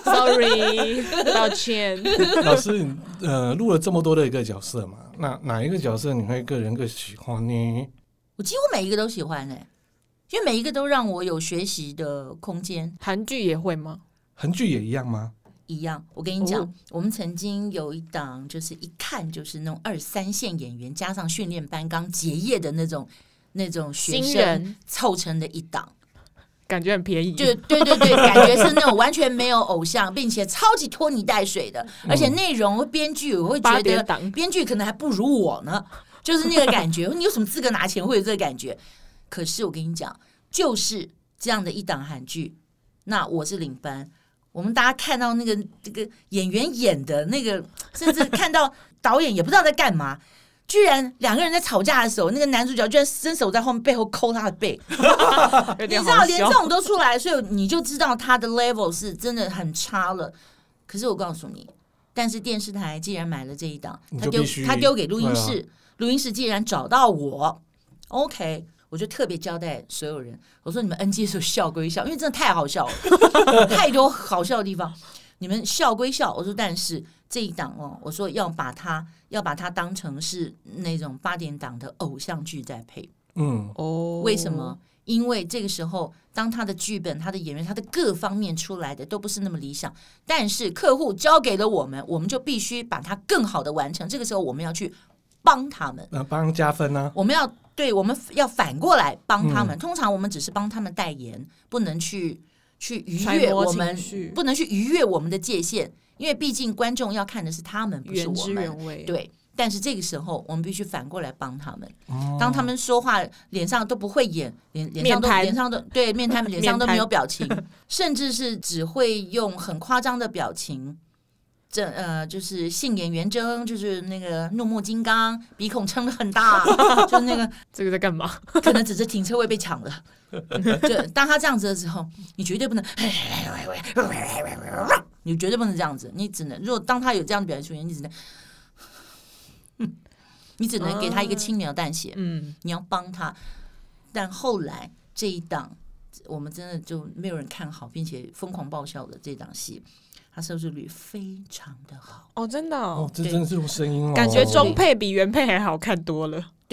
Sorry， 道歉。 老师，呃，录了这么多的一个角色嘛，那哪一个角色你会个人更喜欢呢？ 我几乎每一个都喜欢哎、欸。因为每一个都让我有学习的空间。 韩剧也会吗？ 韩剧也一样吗？ 一样。我跟你讲、哦，我们曾经有一档，就是一看就是那种二三线演员加上训练班刚结业的那种那种学生凑成的一档， 感觉很便宜。 就对对对，感觉是那种完全没有偶像，并且超级拖泥带水的，而且内容编剧我会觉得编剧可能还不如我呢，就是那个感觉。你有什么资格拿钱？会有这个感觉。可是我跟你讲，就是这样的一档韩剧，那我是领班，我们大家看到那个这个演员演的那个，甚至看到导演也不知道在干嘛，居然两个人在吵架的时候，那个男主角居然伸手在后面背后抠他的背，你知道连这种都出来，所以你就知道他的 level 是真的很差了。可是我告诉你，但是电视台既然买了这一档，他丢他丢给录音室，录音室既然找到我 ，OK。我就特别交代所有人，我说你们 N G 的时候笑归笑，因为真的太好笑了，太多好笑的地方。你们笑归笑，我说但是这一档哦，我说要把它要把它当成是那种八点档的偶像剧在配。嗯，哦，为什么？因为这个时候，当他的剧本、他的演员、他的各方面出来的都不是那么理想，但是客户交给了我们，我们就必须把它更好的完成。这个时候，我们要去帮他们， 呃，帮加分呢、啊。 我们要。对，我们要反过来帮他们、嗯。通常我们只是帮他们代言，不能去去逾越我们，不能去逾越我们的界限，因为毕竟观众要看的是他们，不是我们。 原汁原味。 对，但是这个时候我们必须反过来帮他们。哦、当他们说话脸上都不会演，脸脸上都脸上都对面瘫，脸上都没有表情，甚至是只会用很夸张的表情。这呃，就是杏眼圆睁，就是那个怒目金刚，鼻孔撑得很大，就是那个这个在干嘛？ 可能只是停车位被抢了。就当他这样子的时候，你绝对不能，你绝对不能这样子，你只能如果当他有这样的表现出现，你只能，你只能给他一个轻描淡写，嗯，你要帮他。但后来这一档，我们真的就没有人看好，并且疯狂爆笑的这档戏。它收视率非常的好哦，真的哦, 哦，这真的是用声音哦， 感觉中配比原配还好看多了。 对，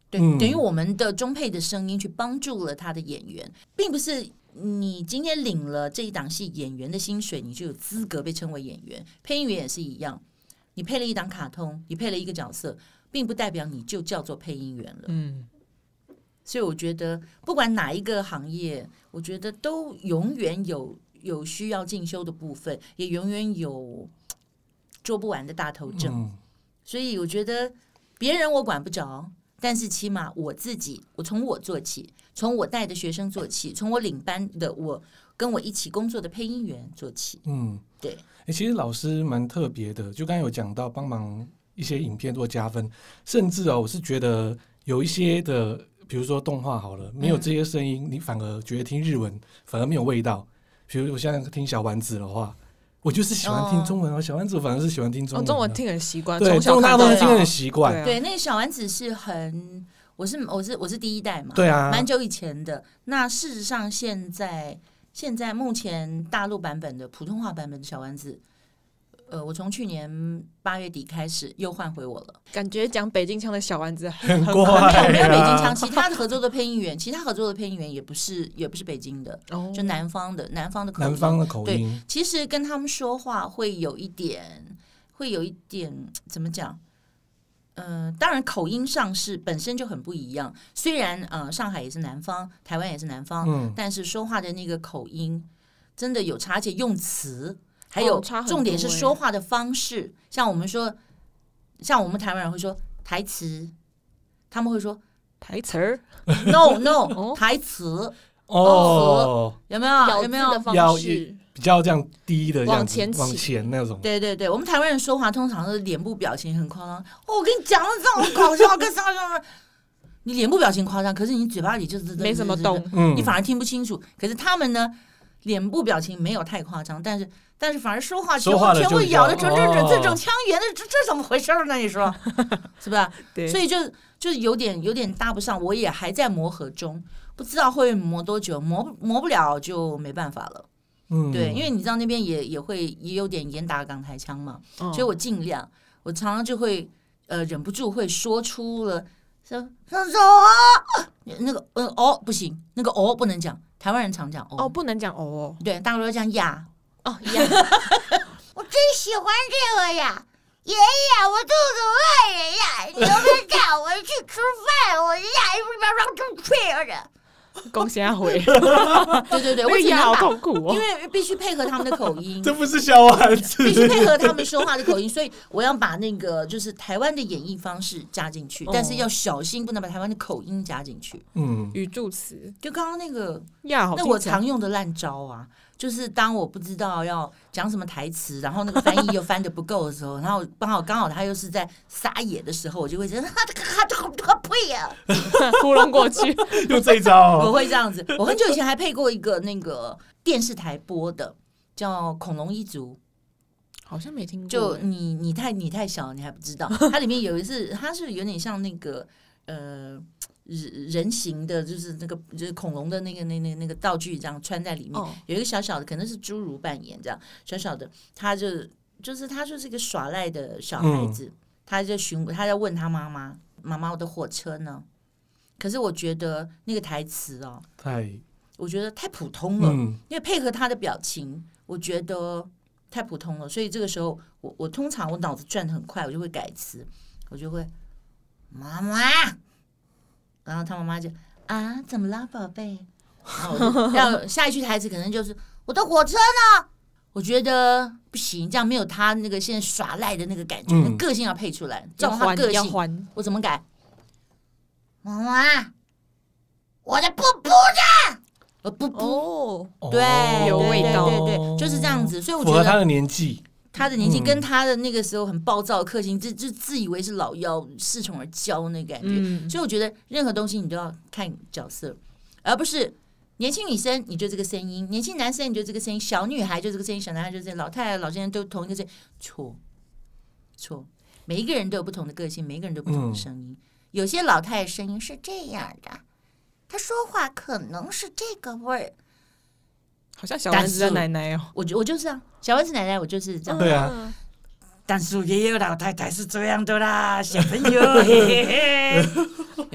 对， 嗯等于我们的中配的声音去帮助了他的演员，并不是你今天领了这一档戏演员的薪水，你就有资格被称为演员。配音员也是一样，你配了一档卡通，你配了一个角色，并不代表你就叫做配音员了。 嗯， 所以我觉得，不管哪一个行业，我觉得都永远有有需要进修的部分，也永远有做不完的大头症。 嗯所以我觉得别人我管不着，但是起码我自己，我从我做起，从我带的学生做起，从我领班的我跟我一起工作的配音员做起。 嗯， 对， 欸、其实老师蛮特别的，就刚才有讲到帮忙一些影片做加分，甚至哦，我是觉得有一些的，比如说动画好了，没有这些声音，嗯、你反而觉得听日文反而没有味道。比如我现在听小丸子的话，我就是喜欢听中文哦，哦小丸子反而是喜欢听中文、哦， 中文听很习惯， 对，中文大家都听很习惯。 对，对，那个小丸子是很，我是我是我是第一代嘛， 对啊， 蛮久以前的。那事实上，现在现在目前大陆版本的普通话版本的小丸子。呃，我从去年八月底开始又换回我了。 感觉讲北京腔的小丸子很很怪、啊， 没有北京腔。其他的合作的配音员，其他合作的配音员也不是也不是北京的， 哦、 就南方的南方的口音。 南方的口音， 对，其实跟他们说话会有一点，会有一点怎么讲？呃，当然口音上是本身就很不一样。虽然呃上海也是南方，台湾也是南方， 嗯、 但是说话的那个口音真的有差，而且用词。还有重点是说话的方式，哦、像我们说，像我们台湾人会说台词，他们会说台词儿 ，no no，、哦、台词哦， 有没有有没有的方式比较这样低的往前往前那种？ 对对对，我们台湾人说话通常是脸部表情很夸张。哦，我跟你讲，这种搞笑跟啥啥，你脸部表情夸张，可是你嘴巴里就是没什么动， 嗯， 你反而听不清楚。可是他们呢，脸部表情没有太夸张，但是。但是反而说话全全会咬的准准准，这种腔圆的，这这怎么回事呢？你说是吧？ 对， 所以就就有点有点搭不上，我也还在磨合中，不知道会磨多久，磨磨不了就没办法了。 嗯， 对，因为你知道那边也也会也有点严打港台腔嘛， 嗯、 所以我尽量，我常常就会呃忍不住会说出了说说说啊，那个呃哦不行，那个哦不能讲，台湾人常讲哦， 哦不能讲哦， 对，大陆要讲呀。 哦呀， 我最喜欢这个呀！爷爷，我肚子饿了呀！你有没有带我去吃饭？我呀，一不要让着。 恭喜阿辉！ 对对对，我只能好痛苦哦， 因为必须配合他们的口音。 这不是小丸子， 必须配合他们说话的口音，所以我要把那个就是台湾的演绎方式加进去， 哦、 但是要小心，不能把台湾的口音加进去。 嗯， 语助词， 就刚刚那个呀， 那我常用的烂招啊。就是当我不知道要讲什么台词，然后那个翻译又翻得不够的时候，然后刚好刚好他又是在撒野的时候，我就会觉得他这个他这个他呸呀， 糊弄过去， 用这一招、哦， 我会这样子。我很久以前还配过一个那个电视台播的，叫《恐龙一族》， 好像没听过。 就你你太你太小，你还不知道，它里面有一次，它是有点像那个呃。人形的，就是那个就是恐龙的那个那那那个道具，这样穿在里面，哦、有一个小小的，可能是侏儒扮演这样，小小的，他就就是他就是一个耍赖的小孩子，嗯、他就询他在问他妈妈，妈妈我的火车呢？可是我觉得那个台词哦， 太， 我觉得太普通了， 嗯、 因为配合他的表情，我觉得太普通了，所以这个时候我我通常我脑子转得很快，我就会改词，我就会妈妈。然后他妈妈就啊，怎么了，宝贝？然后我就要下一句台词可能就是我的火车呢？我觉得不行，这样没有他那个现在耍赖的那个感觉，嗯、那个性要配出来，照他个性，我怎么改？妈妈，我的布布呢？我布布， 哦， 对， 有味道， 对对对，就是这样子。所以我觉得符合他的年纪。 他的年纪跟他的那个时候很暴躁、克星，就就自以为是老妖，恃宠而骄那感觉。嗯、所以我觉得任何东西你都要看角色，而不是年轻女生你就这个声音，年轻男生你就这个声音，小女孩就这个声音，小男孩就这个，老太太、老先生都同一个声音。错，错，每一个人都有不同的个性，每一个人都有不同的声音。嗯、有些老太太声音是这样的，她说话可能是这个味儿。 好像小丸子的奶奶哦， 我我就是啊，小丸子奶奶我就是这样。 对啊， 但是也有老太太是这样的啦，小朋友，嘿嘿嘿有没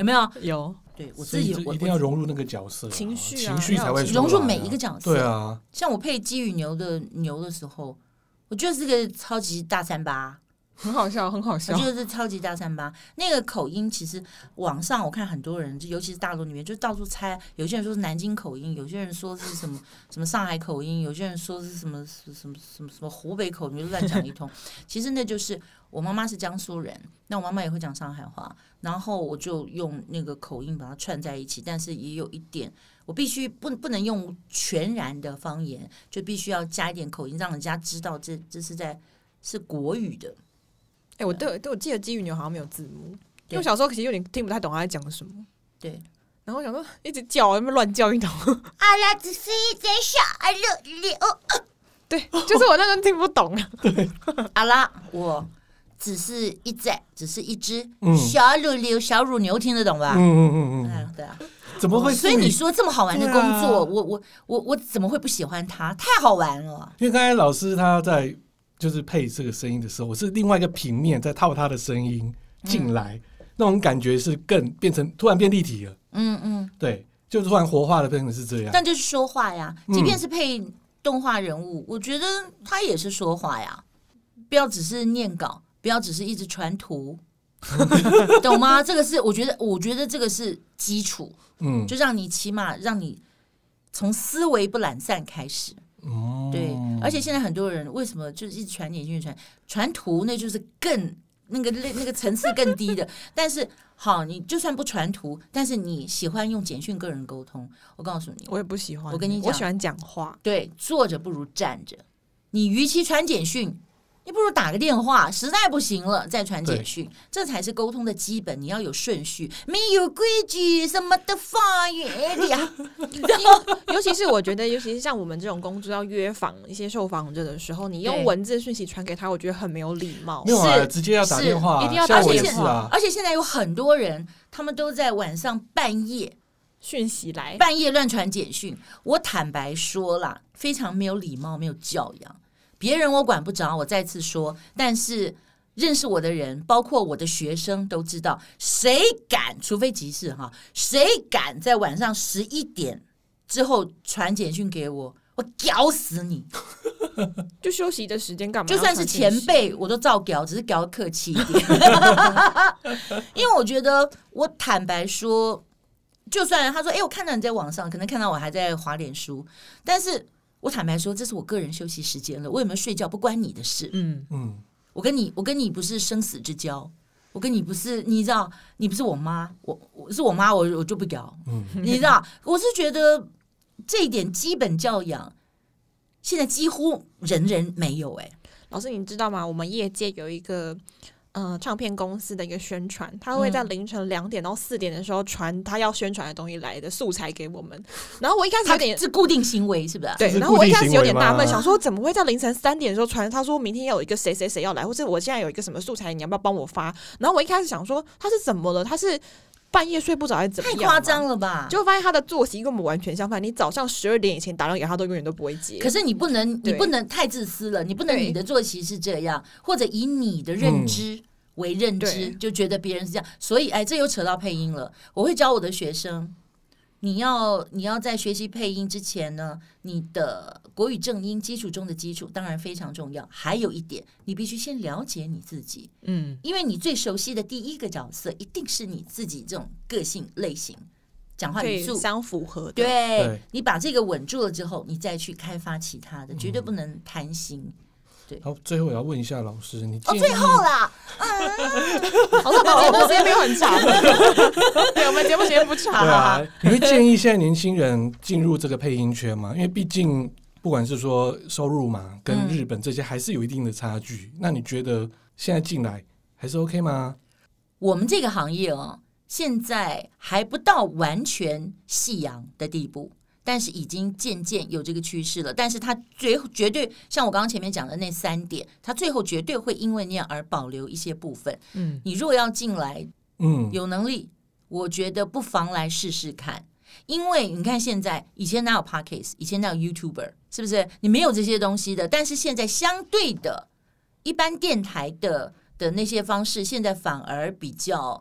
没有？ 有。 对我自己， 我一定要融入那个角色、啊， 情绪、啊， 情绪才会融入每一个角色。 对啊， 像我配鸡与牛的牛的时候，我觉得是个超级大三八。 很好笑，很好笑。 我觉得是超级大三八，那个口音其实网上我看很多人，尤其是大陆里面，就到处猜。有些人说是南京口音，有些人说是什么什么上海口音，有些人说是什么什么什么什么什么湖北口音，乱讲一通。其实那就是我妈妈是江苏人，那我妈妈也会讲上海话，然后我就用那个口音把它串在一起，但是也有一点，我必须不不能用全然的方言，就必须要加一点口音，让人家知道这这是在是国语的。 哎、欸，我对对我记得鸡与牛好像没有字幕，因为我小时候其实有点听不太懂他在讲什么。 对， 然后我想说一直叫，那么乱叫一通。 阿拉只是一只小肉瘤。 对，就是我那个听不懂。 对， 阿拉我只是一只，只是一只小乳牛，小乳牛听得懂吧？ 嗯嗯嗯嗯， 对啊。 怎么会？ 所以你说这么好玩的工作，啊、我我我我怎么会不喜欢它？太好玩了。 因为刚才老师他在。就是配这个声音的时候，我是另外一个平面在套他的声音进来，嗯、那种感觉是更变成突然变立体了。 嗯嗯， 对，就突然活化的变成是这样。 但就是说话呀，即便是配动画人物，嗯、我觉得他也是说话呀，不要只是念稿，不要只是一直传图，懂吗？这个是我觉得，我觉得这个是基础，嗯，就让你起码让你从思维不懒散开始。 哦， 对，而且现在很多人为什么就是一直传简讯传传图，那就是更那个那个层次更低的。但是好，你就算不传图，但是你喜欢用简讯个人沟通，我告诉你， 我也不喜欢。 我跟你讲， 我喜欢讲话。 对，坐着不如站着。你与其传简讯，你不如打个电话，实在不行了再传简讯，这才是沟通的基本。你要有顺序，没有规矩什么的发言的呀。 尤其是我觉得，尤其是像我们这种工作要约访一些受访者的时候，你用文字讯息传给他，我觉得很没有礼貌。 没有啊，直接要打电话、啊， 一定要打电话、啊。 而且现在有很多人，他们都在晚上半夜讯息来， 半夜乱传简讯。我坦白说啦，非常没有礼貌，没有教养。别人我管不着，我再次说，但是认识我的人，包括我的学生都知道，谁敢，除非急事哈，谁敢在晚上十一点之后传简讯给我，我屌死你！ 就休息的时间干嘛？ 就算是前辈，我都照屌，只是屌客气一点。因为我觉得，我坦白说，就算他说，哎、欸，我看到你在网上，可能看到我还在滑脸书，但是。我坦白说，这是我个人休息时间了。我有没有睡觉不关你的事。嗯嗯，我跟你，我跟你不是生死之交，我跟你不是，你知道，你不是我妈，我我是我妈，我我就不聊。嗯，你知道，我是觉得这一点基本教养，现在几乎人人没有、欸。哎， 老师，你知道吗？我们业界有一个。呃，唱片公司的一个宣传，他会在凌晨两点到四点的时候传他要宣传的东西来的素材给我们。然后我一开始有点是固定行为，是不是？ 对。然后我一开始有点纳闷，想说怎么会在凌晨三点的时候传？他说明天要有一个谁谁谁要来，或者我现在有一个什么素材，你要不要帮我发？然后我一开始想说他是怎么了？他是半夜睡不着还是怎么样？ 太夸张了吧！ 就发现他的作息跟我们完全相反。你早上十二点以前打电话给他，都永远都不会接。 可是你不能，你不能太自私了，你不能你的作息是这样，或者以你的认知。嗯为认知就觉得别人是这样，所以哎，这又扯到配音了。我会教我的学生，你要你要在学习配音之前呢，你的国语正音基础中的基础当然非常重要。还有一点，你必须先了解你自己，嗯，因为你最熟悉的第一个角色一定是你自己这种个性类型，讲话语速相符合的。 对，对你把这个稳住了之后，你再去开发其他的，嗯、绝对不能贪心。对， 好，最后我要问一下老师，你哦，最后啦， 嗯，好像我们节目时间没有很长，对，我们节目时间不长。 对啊，你会建议现在年轻人进入这个配音圈吗？因为毕竟不管是说收入嘛，跟日本这些还是有一定的差距。嗯、那你觉得现在进来还是 OK 吗？ 我们这个行业哦，现在还不到完全夕阳的地步。但是已经渐渐有这个趋势了，但是它绝绝对像我刚刚前面讲的那三点，它最后绝对会因为那样而保留一些部分。嗯，你如果要进来，嗯，有能力，我觉得不妨来试试看。因为你看现在，以前哪有 Podcast， 以前哪有 YouTuber， 是不是？你没有这些东西的。但是现在相对的，一般电台的的那些方式，现在反而比较。比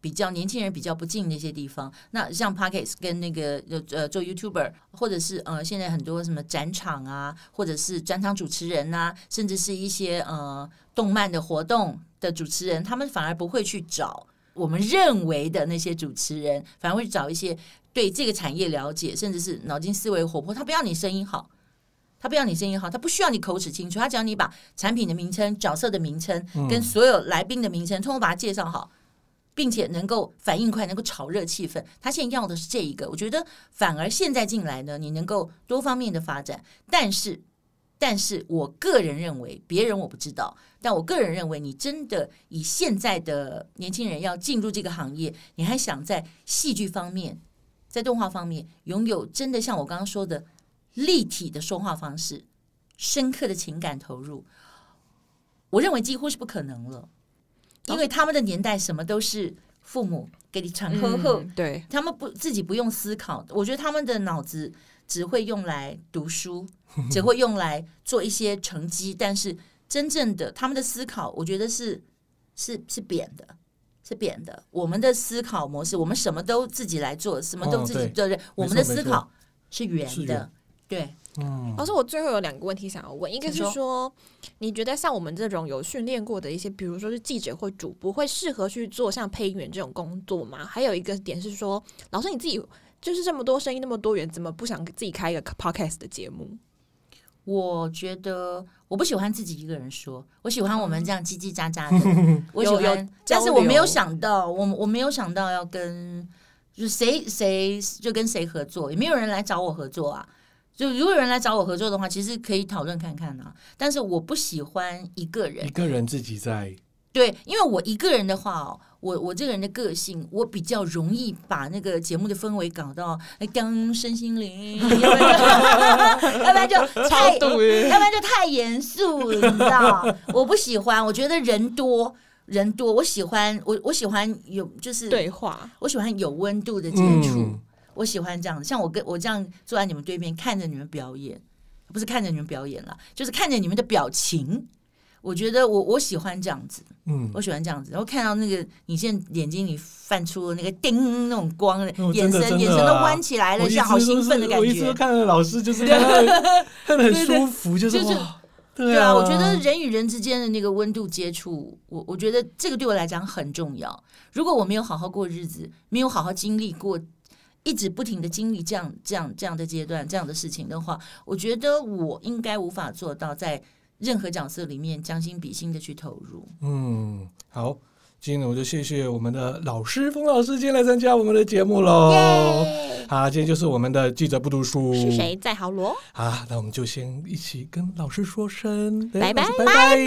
比较年轻人比较不进那些地方。那像 Podcast 跟那个呃做 YouTuber， 或者是呃现在很多什么展场啊，或者是专场主持人啊，甚至是一些呃动漫的活动的主持人，他们反而不会去找我们认为的那些主持人，反而会找一些对这个产业了解，甚至是脑筋思维活泼。他不要你声音好。他不要你声音好，他不需要你口齿清楚，他只要你把产品的名称、角色的名称跟所有来宾的名称，通通把它介绍好，并且能够反应快，能够炒热气氛。他现在要的是这一个，我觉得反而现在进来呢，你能够多方面的发展。但是，但是我个人认为，别人我不知道，但我个人认为，你真的以现在的年轻人要进入这个行业，你还想在戏剧方面、在动画方面拥有真的像我刚刚说的。立体的说话方式，深刻的情感投入，我认为几乎是不可能了，因为他们的年代什么都是父母给你传呵呵， 嗯，对， 他们不自己不用思考，我觉得他们的脑子只会用来读书，只会用来做一些成绩，但是真正的他们的思考，我觉得是是是扁的。是扁的，我们的思考模式，我们什么都自己来做，什么都自己对、哦、我们的思考是圆的。对， 嗯， 老师，我最后有两个问题想要问，一个是说，你觉得像我们这种有训练过的一些，比如说是记者或主播，会适合去做像配音员这种工作吗？还有一个点是说，老师你自己就是这么多声音那么多元，怎么不想自己开一个 podcast 的节目？ 我觉得我不喜欢自己一个人说，我喜欢我们这样叽叽喳喳的，我喜欢，但是我没有想到，我我没有想到要跟就是谁谁就跟谁合作，也没有人来找我合作啊。就如果有人来找我合作的话，其实可以讨论看看啊。但是我不喜欢一个人， 一个人自己在对，因为我一个人的话哦，我我这个人的个性，我比较容易把那个节目的氛围搞到刚身心灵，要不然就要不然就太，要不然就太严肃，你知道？我不喜欢，我觉得人多人多，我喜欢我我喜欢有就是对话， 我喜欢有温度的接触。嗯，我喜欢这样，像我跟我这样坐在你们对面，看着你们表演，不是看着你们表演了，就是看着你们的表情。我觉得我我喜欢这样子，嗯，我喜欢这样子。然后看到那个你现在眼睛里泛出那个叮那种光，哦，眼神眼神都弯起来了，像好兴奋的感觉。 我一直都看到老师就是看得看得很舒服，就是就是对啊，我觉得人与人之间的那个温度接触，我我觉得这个对我来讲很重要。如果我没有好好过日子，没有好好经历过。一直不停的经历这样这样这样的阶段这样的事情的话，我觉得我应该无法做到在任何角色里面将心比心的去投入。 嗯，好，今天呢我就谢谢我们的老师冯老师今天来参加我们的节目喽。好，今天就是我们的记者不读书是谁在豪罗。 好，那我们就先一起跟老师说声拜拜拜拜。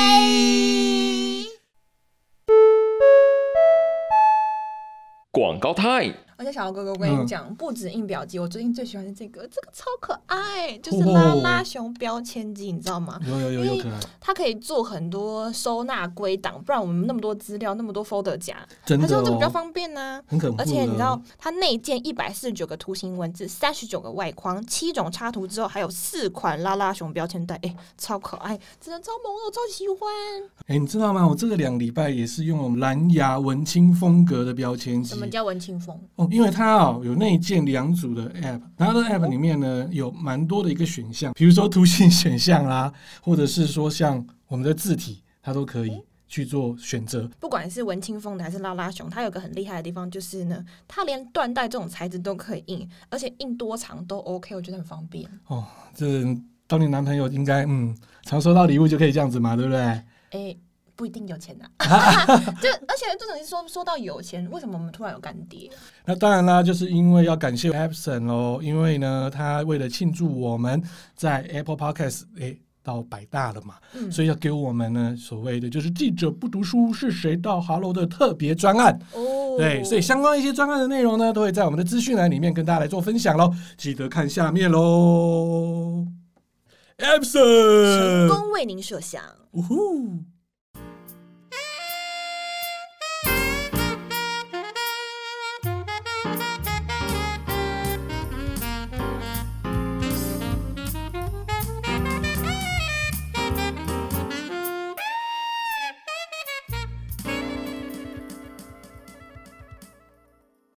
广告time。 而且小哥哥，我跟你讲，嗯、不止印表机，我最近最喜欢的这个，这个超可爱，就是拉拉熊标签机，你知道吗？ 有有有有可爱， 它可以做很多收纳归档，不然我们那么多资料，那么多 folder 夹， 真的、哦， 它就这比较方便呢、啊。 很可而且你知道，它内建一百四十九个图形文字，三十九个外框，七种插图之后，还有四款拉拉熊标签袋，哎，超可爱，真的超萌，我超喜欢。 哎，你知道吗？我这个两礼拜也是用我们蓝牙文青风格的标签机。 什么叫文青风？ 哦，因为它哦有内建两组的 app， 然后这 app 里面呢有蛮多的一个选项，比如说图形选项啦，或者是说像我们的字体，它都可以去做选择。 不管是文青风的还是拉拉熊，它有个很厉害的地方就是呢，它连缎带这种材质都可以印，而且印多长都 OK， 我觉得很方便。 哦，这当你男朋友应该嗯常收到礼物就可以这样子嘛，对不对？ 哎。不一定有钱呐、啊，就而且这种说说到有钱，为什么我们突然有干爹？ 那当然啦，就是因为要感谢 Epson 咯，因为呢，他为了庆祝我们在 Apple Podcast 哎到百大了嘛、嗯，所以要给我们呢所谓的就是记者不读书是谁到 Hello 的特别专案哦。对，所以相关一些专案的内容呢，都会在我们的资讯栏里面跟大家来做分享咯，记得看下面咯。Epson 成功为您设想。呜呼。